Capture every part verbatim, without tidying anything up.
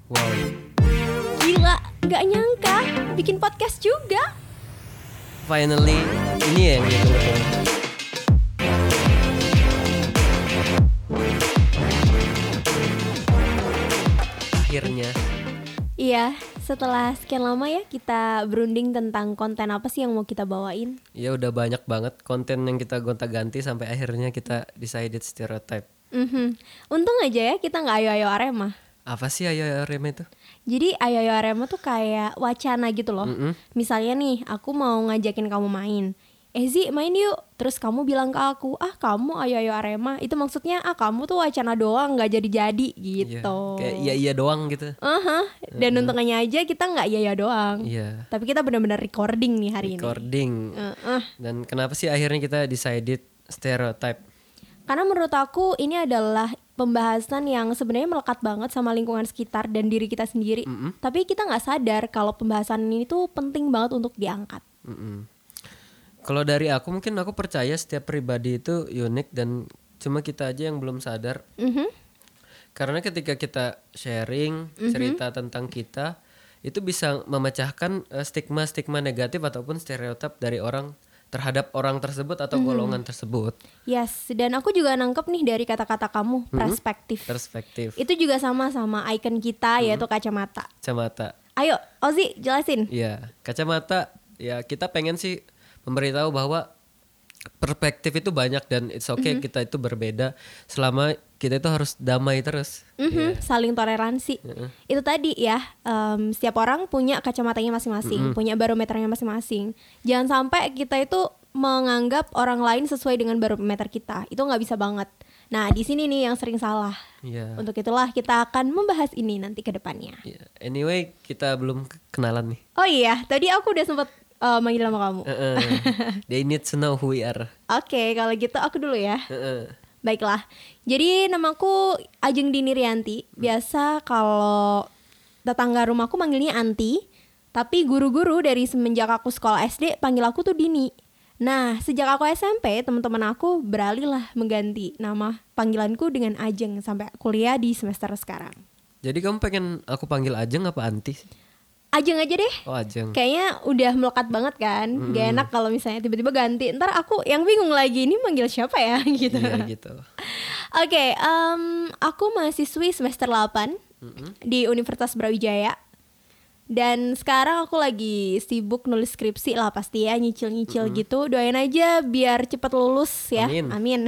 Wow. Gila, gak nyangka bikin podcast juga. Finally, ini ya yang ditunggu-tunggu. Akhirnya. Iya, setelah sekian lama ya kita berunding tentang konten apa sih yang mau kita bawain. Ya udah banyak banget konten yang kita gonta-ganti sampai akhirnya kita decided stereotype. Mhm. Untung aja ya kita gak ayo-ayo Arema. Apa sih ayo Rem itu? Jadi ayo-ayo Arema tuh kayak wacana gitu loh. Mm-mm. Misalnya nih, aku mau ngajakin kamu main. Eh Zi, main yuk. Terus kamu bilang ke aku, ah kamu ayo-ayo Arema. Itu maksudnya, ah kamu tuh wacana doang, gak jadi-jadi gitu. Iya, kayak iya-iya doang gitu. Uh-huh. Dan untungnya aja kita gak iya-iya doang. Iya. Tapi kita benar-benar recording nih hari Recording. ini. Uh-uh. Dan kenapa sih akhirnya kita decided stereotype? Karena menurut aku ini adalah pembahasan yang sebenarnya melekat banget sama lingkungan sekitar dan diri kita sendiri. Mm-mm. Tapi kita nggak sadar kalau pembahasan ini tuh penting banget untuk diangkat. Mm-mm. Kalau dari aku mungkin aku percaya setiap pribadi itu unik dan cuma kita aja yang belum sadar. Mhm. Karena ketika kita sharing cerita tentang kita, itu bisa memecahkan eh, stigma-stigma negatif ataupun stereotip dari orang terhadap orang tersebut atau golongan tersebut. Yes, dan aku juga nangkep nih dari kata-kata kamu, perspektif. Perspektif, Itu juga sama sama icon kita yaitu kacamata. kacamata. Ayo, Ozi jelasin. Iya, kacamata. Ya kita pengen sih memberitahu bahwa perspektif itu banyak dan it's okay kita itu berbeda selama kita itu harus damai terus. Mhm, saling toleransi. Itu tadi ya, em, setiap orang punya kacamatanya masing-masing, punya barometernya masing-masing. Jangan sampai kita itu menganggap orang lain sesuai dengan barometer kita. Itu nggak bisa banget. Nah, di sini nih yang sering salah. Iya. Untuk itulah kita akan membahas ini nanti ke depannya. Iya. Anyway, kita belum kenalan nih. Oh iya, tadi aku udah sempat eh, manggil nama kamu. Uh-uh. They need to know who we are. Oke, kalau gitu aku dulu ya. Uh-uh. Baiklah, jadi namaku Ajeng Dini Rianti. Biasa kalau tetangga rumahku manggilnya Anti. Tapi guru-guru dari semenjak aku sekolah S D panggil aku tuh Dini. Nah, sejak aku S M P, teman-teman aku beralih lah mengganti nama panggilanku dengan Ajeng sampai kuliah di semester sekarang. Jadi kamu pengen aku panggil Ajeng apa Anti? Ajeng aja deh. Oh Ajeng. Kayaknya udah melekat banget kan. Gak enak kalau misalnya tiba-tiba ganti. Ntar aku yang bingung lagi, ini manggil siapa ya gitu. Iya gitu. Oke, em, aku mahasiswi semester delapan di Universitas Brawijaya. Dan sekarang aku lagi sibuk nulis skripsi lah pasti ya, nyicil-nyicil gitu. Doain aja biar cepat lulus ya. Amin. Amin.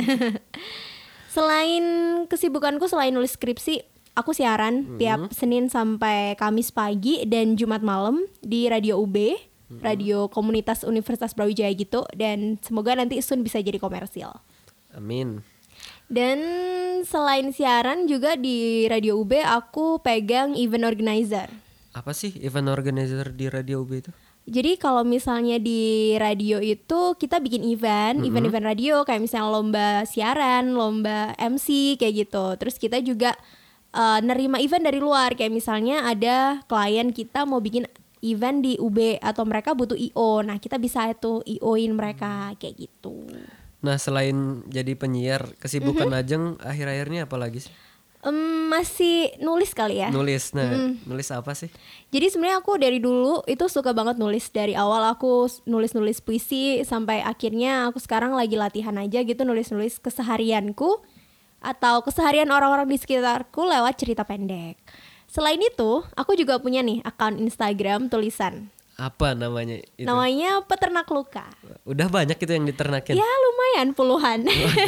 Selain kesibukanku selain nulis skripsi, aku siaran tiap Senin sampai Kamis pagi dan Jumat malam di Radio U B, radio komunitas Universitas Brawijaya gitu. Dan semoga nanti soon bisa jadi komersil. Amin. Dan selain siaran juga di Radio U B aku pegang event organizer. Apa sih event organizer di Radio U B itu? Jadi kalau misalnya di radio itu kita bikin event, mm-hmm. event-event radio kayak misalnya lomba siaran, lomba M C kayak gitu. Terus kita juga uh, nerima event dari luar kayak misalnya ada klien kita mau bikin event di U B atau mereka butuh I O. Nah, kita bisa itu I O-in mereka kayak gitu. Nah, selain jadi penyiar, kesibukan mm-hmm. Ajeng akhir-akhirnya apa lagi sih? Um, masih nulis kali ya. Nulis, nah mm. nulis apa sih? Jadi sebenarnya aku dari dulu itu suka banget nulis. Dari awal aku nulis-nulis puisi sampai akhirnya aku sekarang lagi latihan aja gitu nulis-nulis keseharianku atau keseharian orang-orang di sekitarku lewat cerita pendek. Selain itu, aku juga punya nih akun Instagram tulisan. Apa namanya itu? Namanya Peternak Luka. Udah banyak itu yang diternakin? Ya lumayan puluhan.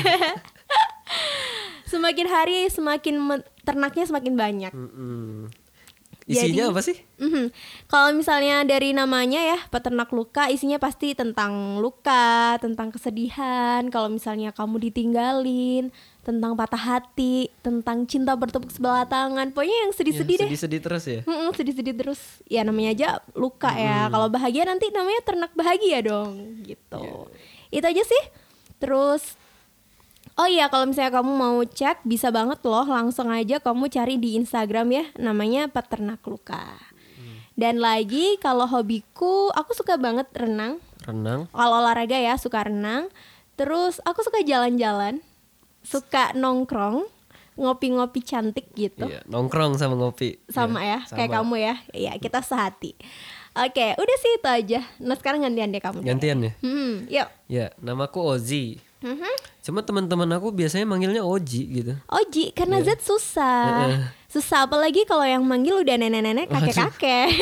Semakin hari semakin me- ternaknya semakin banyak. Mm-mm. Isinya Jadi, apa sih? Mm-hmm. Kalau misalnya dari namanya ya Peternak Luka, isinya pasti tentang luka, tentang kesedihan. Kalau misalnya kamu ditinggalin, tentang patah hati, tentang cinta bertepuk sebelah tangan. Pokoknya yang sedih-sedih ya, deh. Sedih-sedih terus ya? Mm-mm, sedih-sedih terus. Ya namanya aja luka ya. Kalau bahagia nanti namanya ternak bahagia dong gitu. Yeah. Itu aja sih. Terus oh iya, kalau misalnya kamu mau cek bisa banget loh, langsung aja kamu cari di Instagram ya, namanya Peternak Luka. Hmm. Dan lagi kalau hobiku, aku suka banget renang. Renang? Kalau olahraga ya, suka renang. Terus aku suka jalan-jalan, suka nongkrong. ngopi-ngopi cantik gitu. Iya, nongkrong sama ngopi. Sama Iya, ya, kayak kamu ya. Iya, kita sehati. Oke, udah sih itu aja. Nah sekarang gantian deh kamu. Gantian ya? Hmm, yuk. Ya, namaku Ozi. Mhm. Cuma teman-teman aku biasanya manggilnya Oji gitu. Oji, karena Iya. Z susah. Heeh. Susah apalagi kalau yang manggil udah nenek-nenek, kakek-kakek.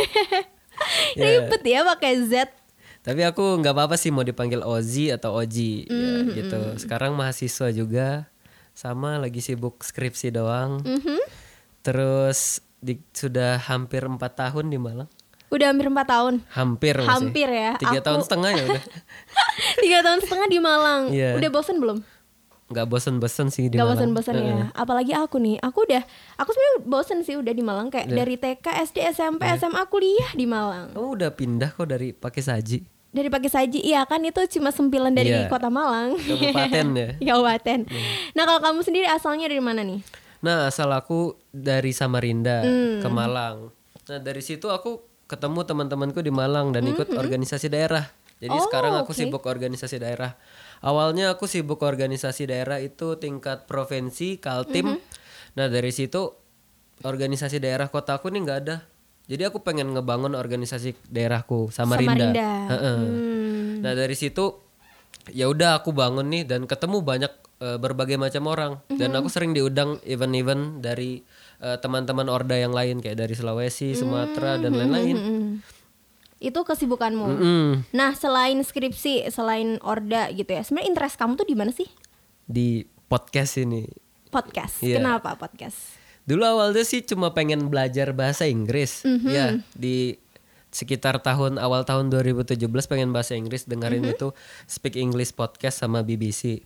Iya. Ribet ya pakai Z. Tapi aku nggak apa-apa sih mau dipanggil Ozi atau Oji ya, Mm-hmm. gitu. Sekarang mahasiswa juga, sama lagi sibuk skripsi doang. Mhm. Terus di- sudah hampir empat tahun di Malang. Udah hampir empat tahun. Hampir masih. Hampir ya. Tiga Aku- tahun setengah ya udah. Tiga tahun setengah di Malang. Iya. Udah bosen belum? Nggak bosen-bosen sih di Gak Malang. bosen-bosen ya. Heeh. Apalagi aku nih. Aku udah, aku sebenarnya bosen sih udah di Malang. Kayak Iya. dari T K, S D, S M P, S M A, kuliah di Malang. Kamu udah pindah kok dari Pakai Saji. Dari Pakai Saji, iya kan itu cuma sempilan dari Iya. kota Malang. Kabupaten ya. Kabupaten. Nah kalau kamu sendiri asalnya dari mana nih? Nah, asal aku dari Samarinda Hmm. ke Malang. Nah, dari situ aku ketemu teman-temanku di Malang dan ikut organisasi daerah. Jadi Oh, sekarang aku oke. sibuk organisasi daerah. Awalnya aku sibuk organisasi daerah itu tingkat provinsi, Kaltim. Nah, dari situ organisasi daerah kotaku nih nggak ada. Jadi aku pengen ngebangun organisasi daerahku Samarinda. Samarinda. Heeh. Hmm. Nah, dari situ ya udah aku bangun nih dan ketemu banyak eh, berbagai macam orang dan aku sering diundang event-event dari eh, teman-teman Orda yang lain kayak dari Sulawesi, Sumatera dan lain-lain. Mm-mm. Itu kesibukanmu. Mm-mm. Nah selain skripsi, selain Orda gitu ya, sebenarnya interest kamu tuh di mana sih? Di podcast ini. Podcast. Iya. Kenapa podcast? Dulu awalnya sih cuma pengen belajar bahasa Inggris. Ya, di sekitar tahun awal tahun dua ribu tujuh belas pengen bahasa Inggris, dengerin itu Speak English podcast sama B B C.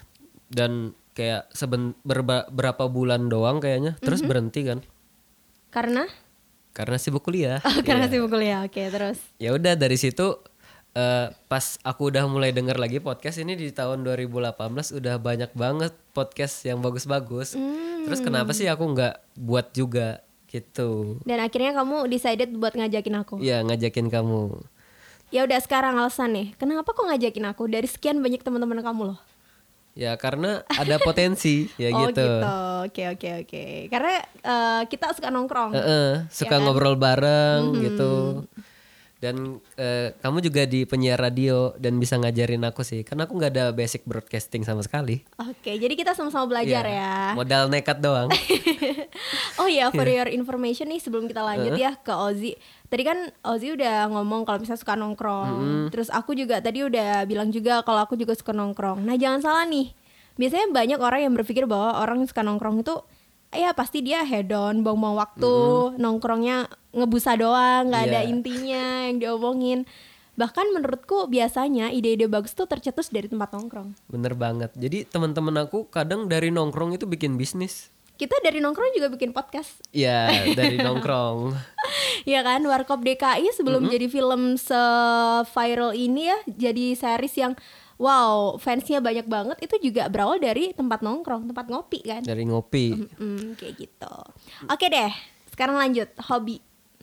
Dan kayak seben berba- berapa bulan doang kayaknya, terus berhenti kan. Karena? Karena sibuk kuliah. Oh, karena sibuk kuliah. Oke, terus. Ya udah dari situ eh, pas aku udah mulai denger lagi podcast ini di tahun dua ribu delapan belas udah banyak banget podcast yang bagus-bagus. Terus kenapa sih aku nggak buat juga gitu? Dan akhirnya kamu decided buat ngajakin aku. Ya ngajakin kamu. Ya udah sekarang alasan nih. Kenapa kok ngajakin aku dari sekian banyak teman-teman kamu loh? Ya karena ada potensi ya Oh gitu. gitu. Oke oke oke. Karena eh, kita suka nongkrong. Heeh, suka Ya kan? ngobrol bareng gitu. Dan eh, kamu juga di penyiar radio dan bisa ngajarin aku sih. Karena aku nggak ada basic broadcasting sama sekali. Oke, jadi kita sama-sama belajar Iya, ya. Modal nekat doang. Oh iya, for your information nih sebelum kita lanjut ya ke Ozi. Tadi kan Ozi udah ngomong kalau misalnya suka nongkrong. Terus aku juga tadi udah bilang juga kalau aku juga suka nongkrong. Nah jangan salah nih. Biasanya banyak orang yang berpikir bahwa orang yang suka nongkrong itu ya pasti dia hedon, buang-buang waktu, nongkrongnya ngebusa doang, nggak ada Iya. intinya yang diomongin. Bahkan menurutku biasanya ide-ide bagus tuh tercetus dari tempat nongkrong. Bener banget. Jadi teman-teman aku kadang dari nongkrong itu bikin bisnis. Kita dari nongkrong juga bikin podcast. Iya, dari nongkrong. Ya kan, Warkop D K I sebelum jadi film se-viral ini ya, jadi series yang wow, fansnya banyak banget, itu juga berawal dari tempat nongkrong, tempat ngopi kan. Dari ngopi. Hmm, kayak gitu. Oke deh, sekarang lanjut, hobi.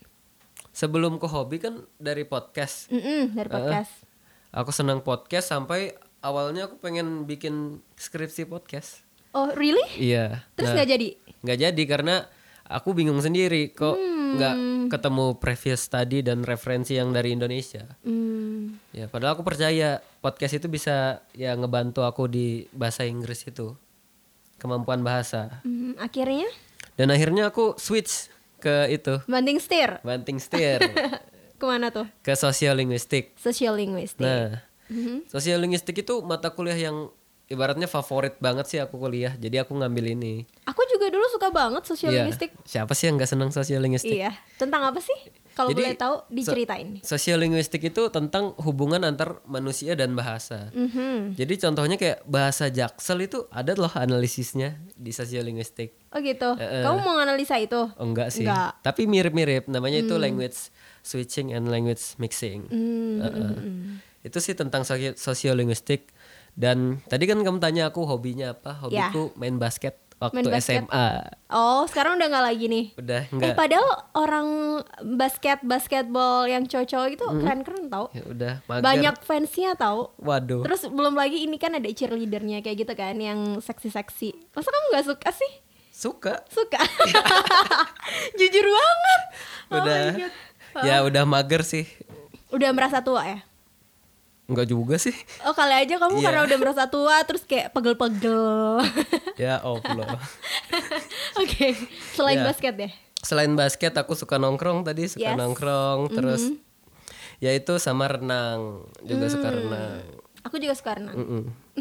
Sebelum ke hobi kan dari podcast. Mm-mm, dari podcast. Aku senang podcast sampai awalnya aku pengen bikin skripsi podcast. Oh really? Iya. Terus Nah, nggak jadi? nggak jadi karena aku bingung sendiri kok nggak ketemu previous study dan referensi yang dari Indonesia. Hmm, Ya padahal aku percaya podcast itu bisa ya ngebantu aku di bahasa Inggris itu, kemampuan bahasa. hmm, akhirnya Dan akhirnya aku switch ke itu, banting setir. banting setir Kemana tuh? ke sosiolinguistik. Sociolinguistic. Nah, sosiolinguistik itu mata kuliah yang ibaratnya favorit banget sih aku kuliah. Jadi aku ngambil ini. Aku juga dulu suka banget Iya. sociolinguistic. Siapa sih yang nggak senang sosiolinguistik? Iya. Tentang apa sih? Kalau Jadi, boleh tahu so- diceritain. Sosiolinguistik itu tentang hubungan antar manusia dan bahasa. Mhm. Jadi contohnya kayak bahasa Jaksel itu ada loh analisisnya di sosiolinguistik. Oh gitu. Eh, eh. Kamu mau analisa itu? Oh enggak sih. Enggak. Tapi mirip-mirip. Namanya itu language switching and language mixing. Hmm, Eh, eh. hmm, hmm. Itu sih tentang sosio- sosiolinguistik. Dan tadi kan kamu tanya aku hobinya apa? Hobiku main basket waktu Main basket. S M A. Oh, sekarang udah nggak lagi nih. Udah Eh, enggak. padahal orang basket basketball yang cowok-cowok itu keren-keren tau. Ya udah mager. Banyak fansnya tau. Waduh. Terus belum lagi ini kan ada cheerleadernya kayak gitu kan, yang seksi-seksi. Masa kamu nggak suka sih? Suka. Suka. Jujur banget. Udah. Oh my God. Ya udah mager sih. Udah merasa tua ya? Enggak juga sih. Oh kali aja kamu Iya. karena udah merasa tua terus kayak pegel-pegel. Ya Allah. Oke, selain Ya. basket deh. Selain basket aku suka nongkrong tadi, suka Yes. nongkrong terus ya itu sama renang, juga suka renang. Aku juga suka renang. Mm-mm.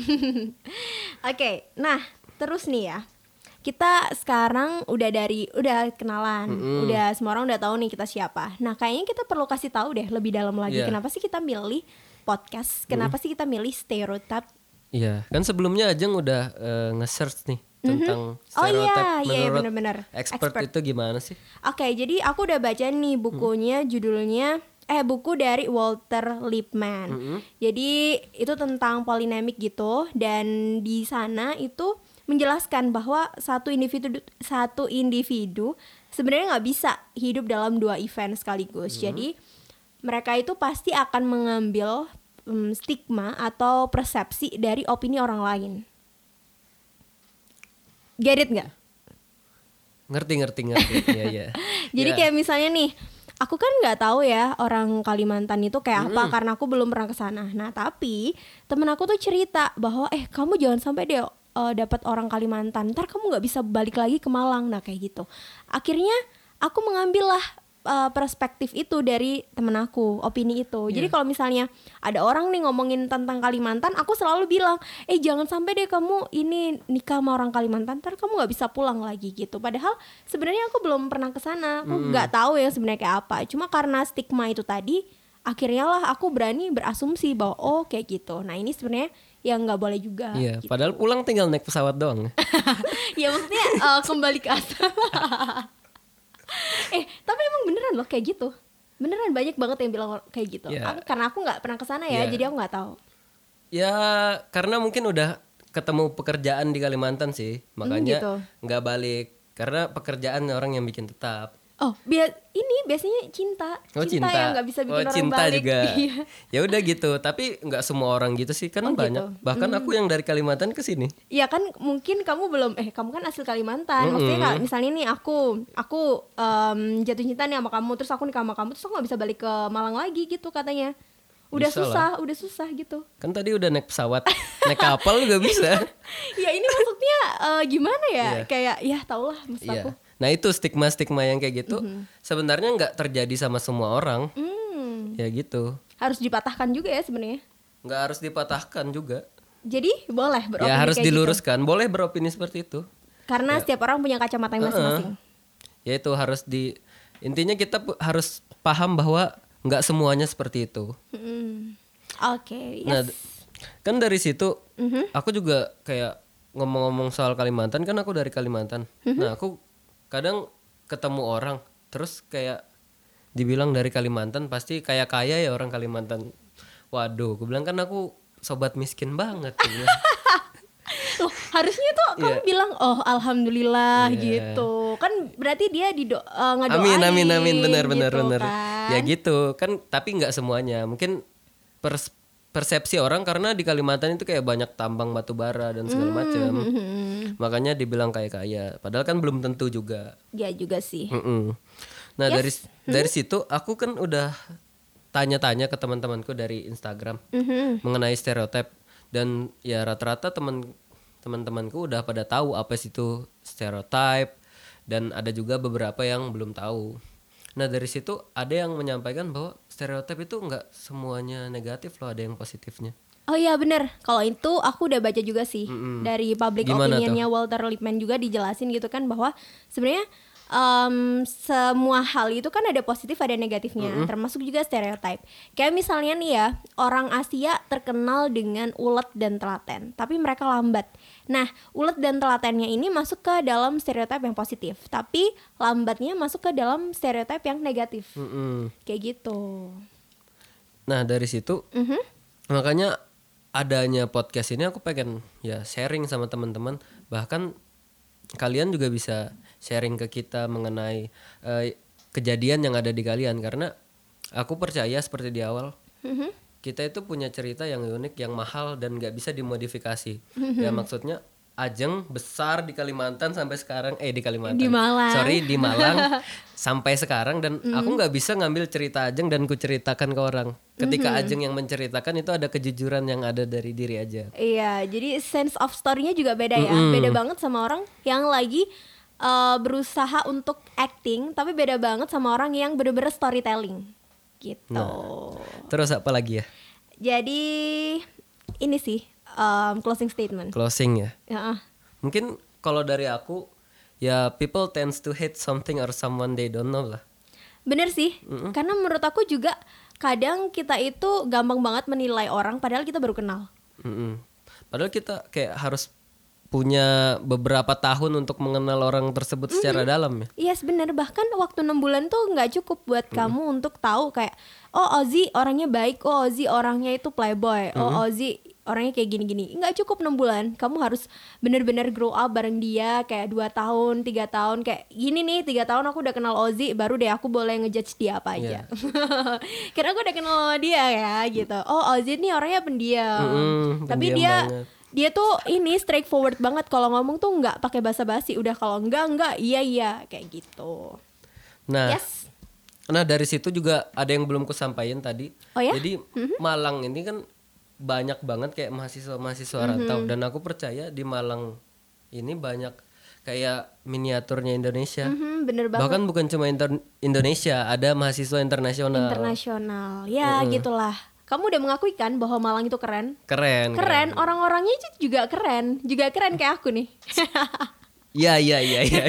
Oke, nah terus nih ya, kita sekarang udah dari udah kenalan, udah semua orang udah tahu nih kita siapa. Nah kayaknya kita perlu kasih tahu deh lebih dalam lagi Iya. kenapa sih kita milih podcast, kenapa sih kita milih stereotip. Iya, kan sebelumnya Ajeng udah eh, nge-search nih tentang Oh stereotip. iya, iya, iya, Menurut benar-benar. expert, Expert. itu gimana sih? Oke, jadi aku udah baca nih bukunya, judulnya eh buku dari Walter Lippmann. Jadi itu tentang polinamik gitu, dan di sana itu menjelaskan bahwa satu individu satu individu sebenarnya nggak bisa hidup dalam dua event sekaligus. Jadi mereka itu pasti akan mengambil um, stigma atau persepsi dari opini orang lain. Get it nggak? Ngerti ngerti ngerti. Iya iya. Jadi Ya. kayak misalnya nih, aku kan nggak tahu ya orang Kalimantan itu kayak apa karena aku belum pernah ke sana. Nah tapi temen aku tuh cerita bahwa eh kamu jangan sampai deh uh, dapat orang Kalimantan, ntar kamu nggak bisa balik lagi ke Malang. Nah kayak gitu. Akhirnya aku mengambil lah uh, perspektif itu dari temen aku, opini itu. Jadi kalau misalnya ada orang nih ngomongin tentang Kalimantan, aku selalu bilang, eh jangan sampai deh kamu ini nikah sama orang Kalimantan, ntar kamu nggak bisa pulang lagi gitu. Padahal sebenarnya aku belum pernah ke sana, aku nggak tahu ya sebenarnya kayak apa. Cuma karena stigma itu tadi, akhirnya lah aku berani berasumsi bahwa oh kayak gitu. Nah ini sebenarnya yang nggak boleh juga. Iya, gitu. padahal pulang tinggal naik pesawat doang. Ya maksudnya uh, kembali ke asal. Eh tapi emang beneran loh kayak gitu. Beneran banyak banget yang bilang kayak gitu. Ya. Aku, karena aku nggak pernah kesana ya, Ya. jadi aku nggak tahu. Ya karena mungkin udah ketemu pekerjaan di Kalimantan sih, makanya gitu. nggak balik. Karena pekerjaan orang yang bikin tetap. Oh, bia ini biasanya cinta, Oh cinta, yang nggak bisa bikin oh, orang cinta balik. juga. Iya. Ya udah gitu, tapi nggak semua orang gitu sih, kan Oh, banyak. gitu. Bahkan aku yang dari Kalimantan ke sini. Iya kan mungkin kamu belum eh kamu kan asli Kalimantan. Maksudnya kalau misalnya nih aku aku em, jatuh cinta nih sama kamu, terus aku nikah sama kamu, terus aku nggak bisa balik ke Malang lagi gitu katanya. Udah Bisa susah, udah susah gitu. Kan tadi udah naik pesawat, naik kapal juga bisa. Ya ini maksudnya eh, gimana ya? Iya. Kayak ya tau lah maksud Iya. aku. Nah itu stigma-stigma yang kayak gitu, sebenarnya nggak terjadi sama semua orang. Hmm, Ya gitu, harus dipatahkan juga ya sebenarnya. nggak harus dipatahkan juga. Jadi boleh beropini Ya harus kayak gitu. diluruskan, boleh beropini seperti itu. Karena setiap orang punya kacamata yang masing-masing. Ya itu harus di, intinya kita pu- harus paham bahwa nggak semuanya seperti itu. Hmm. Oke, Nah, yes. d- kan dari situ Mhm. aku juga kayak ngomong-ngomong soal Kalimantan, kan aku dari Kalimantan. Nah aku kadang ketemu orang terus kayak dibilang dari Kalimantan pasti kayak kaya ya orang Kalimantan. Waduh, gue bilang kan aku sobat miskin banget. Gue bilang. Tuh, harusnya tuh kamu Iya. bilang oh alhamdulillah Iya. gitu. Kan berarti dia dido uh, ngedoain. Amin amin amin benar benar gitu benar. kan. Ya gitu kan, tapi nggak semuanya. Mungkin pers- persepsi orang karena di Kalimantan itu kayak banyak tambang batu bara dan segala macam. Hmm. Makanya dibilang kayak kaya. Padahal kan belum tentu juga. Ya juga sih. Mm-mm. Nah Yes. dari dari situ aku kan udah tanya-tanya ke teman-temanku dari Instagram Mhm. mengenai stereotip, dan ya rata-rata teman teman-temanku udah pada tahu apa sih itu stereotip, dan ada juga beberapa yang belum tahu. Nah dari situ ada yang menyampaikan bahwa stereotip itu nggak semuanya negatif loh, ada yang positifnya. Oh iya bener, kalau itu aku udah baca juga sih. Dari public Gimana opinionnya Walter Lippmann juga dijelasin gitu kan bahwa sebenarnya em, semua hal itu kan ada positif ada negatifnya, termasuk juga stereotip. Kayak misalnya nih ya, orang Asia terkenal dengan ulet dan telaten, tapi mereka lambat. Nah, ulet dan telatennya ini masuk ke dalam stereotip yang positif, tapi lambatnya masuk ke dalam stereotip yang negatif. Mm-mm. Kayak gitu. Nah dari situ Mhm. makanya adanya podcast ini aku pengen ya sharing sama teman-teman, bahkan kalian juga bisa sharing ke kita mengenai eh, kejadian yang ada di kalian, karena aku percaya seperti di awal kita itu punya cerita yang unik, yang mahal dan nggak bisa dimodifikasi. Ya maksudnya Ajeng besar di Kalimantan sampai sekarang eh di Kalimantan Di Malang. sorry di Malang sampai sekarang dan mm. aku nggak bisa ngambil cerita Ajeng dan ku ceritakan ke orang. Ketika mm-hmm. Ajeng yang menceritakan itu ada kejujuran yang ada dari diri Ajeng. Iya, jadi sense of story-nya juga beda ya, mm-hmm. beda banget sama orang yang lagi uh, berusaha untuk acting, tapi beda banget sama orang yang bener-bener storytelling gitu. Nah, terus apa lagi ya? Jadi ini sih. Um, closing statement. Closing ya. Ya. Mungkin kalau dari aku ya people tends to hate something or someone they don't know lah. Bener sih. Mm-hmm. Karena menurut aku juga kadang kita itu gampang banget menilai orang padahal kita baru kenal. Mm-hmm. Padahal kita kayak harus punya beberapa tahun untuk mengenal orang tersebut mm-hmm. secara dalam ya. Iya yes, bener. Bahkan waktu enam bulan tuh nggak cukup buat mm-hmm. kamu untuk tahu kayak oh Ozzy orangnya baik, oh Ozzy orangnya itu playboy, mm-hmm. oh Ozzy orangnya kayak gini-gini. Nggak cukup enam bulan. Kamu harus bener-bener grow up bareng dia. Kayak dua tahun, tiga tahun. Kayak gini nih, tiga tahun aku udah kenal Ozzy. Baru deh aku boleh ngejudge dia apa aja. Yeah. Karena aku udah kenal sama dia ya gitu. Oh Ozzy nih orangnya pendiam. Mm-hmm, Tapi pendiam dia banget. Dia tuh ini straightforward banget. Kalau ngomong tuh nggak pakai basa-basi. Udah kalau enggak, enggak, iya, iya. Kayak gitu. Nah, yes. Nah dari situ juga ada yang belum kusampaikan tadi. Oh ya? Jadi mm-hmm. Malang ini kan banyak banget kayak mahasiswa-mahasiswa mm-hmm. rantau dan aku percaya di Malang ini banyak kayak miniaturnya Indonesia. Mm-hmm, bener banget. Bahkan bukan cuma inter- Indonesia, ada mahasiswa internasional. Internasional, ya mm-hmm. gitulah. Kamu udah mengakui kan bahwa Malang itu keren? Keren. Keren. keren. Orang-orangnya juga keren, juga keren kayak aku nih. Iya iya iya iya.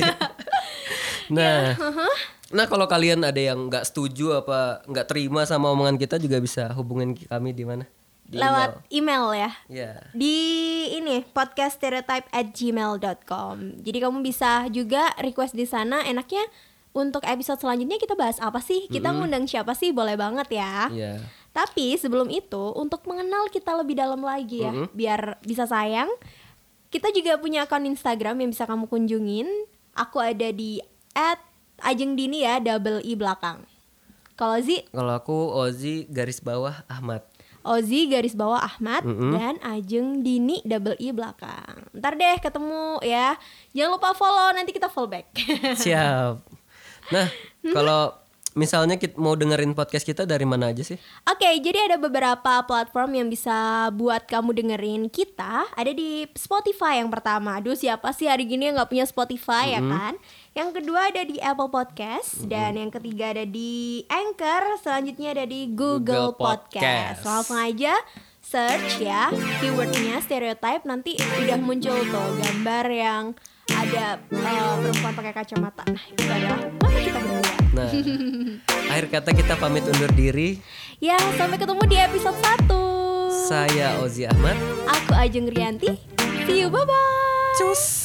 Nah, uh-huh. nah kalau kalian ada yang nggak setuju apa nggak terima sama omongan kita juga bisa hubungin kami di mana? Di lewat email, email ya yeah. Di ini podcast stereotype at gmail dot com. Jadi kamu bisa juga request di sana. Enaknya untuk episode selanjutnya kita bahas apa sih? Kita mm-hmm. ngundang siapa sih? Boleh banget ya yeah. Tapi sebelum itu untuk mengenal kita lebih dalam lagi ya mm-hmm. biar bisa sayang, kita juga punya akun Instagram yang bisa kamu kunjungin. Aku ada di at ajengdini ya, double i belakang. Kalau Zi? Kalau aku Ozzy garis bawah Ahmad. Ozzy garis bawah Ahmad mm-hmm. dan Ajeng Dini double i belakang. Ntar deh ketemu ya. Jangan lupa follow, nanti kita follow back. Siap. Nah kalau misalnya kita mau dengerin podcast kita dari mana aja sih? Oke, okay, jadi ada beberapa platform yang bisa buat kamu dengerin kita. Ada di Spotify yang pertama. Aduh siapa sih hari gini yang gak punya Spotify mm-hmm. ya kan? Yang kedua ada di Apple Podcast mm-hmm. dan yang ketiga ada di Anchor, selanjutnya ada di Google, Google Podcast. Podcast. Langsung aja search ya keywordnya stereotype, nanti udah muncul tuh gambar yang ada uh, perempuan pakai kacamata. Nah itu adalah masa kita berdua. Nah akhir kata kita pamit undur diri. Ya sampai ketemu di episode satu. Saya Ozzy Ahmad. Aku Ajeng Rianti. See you, bye bye. Cus.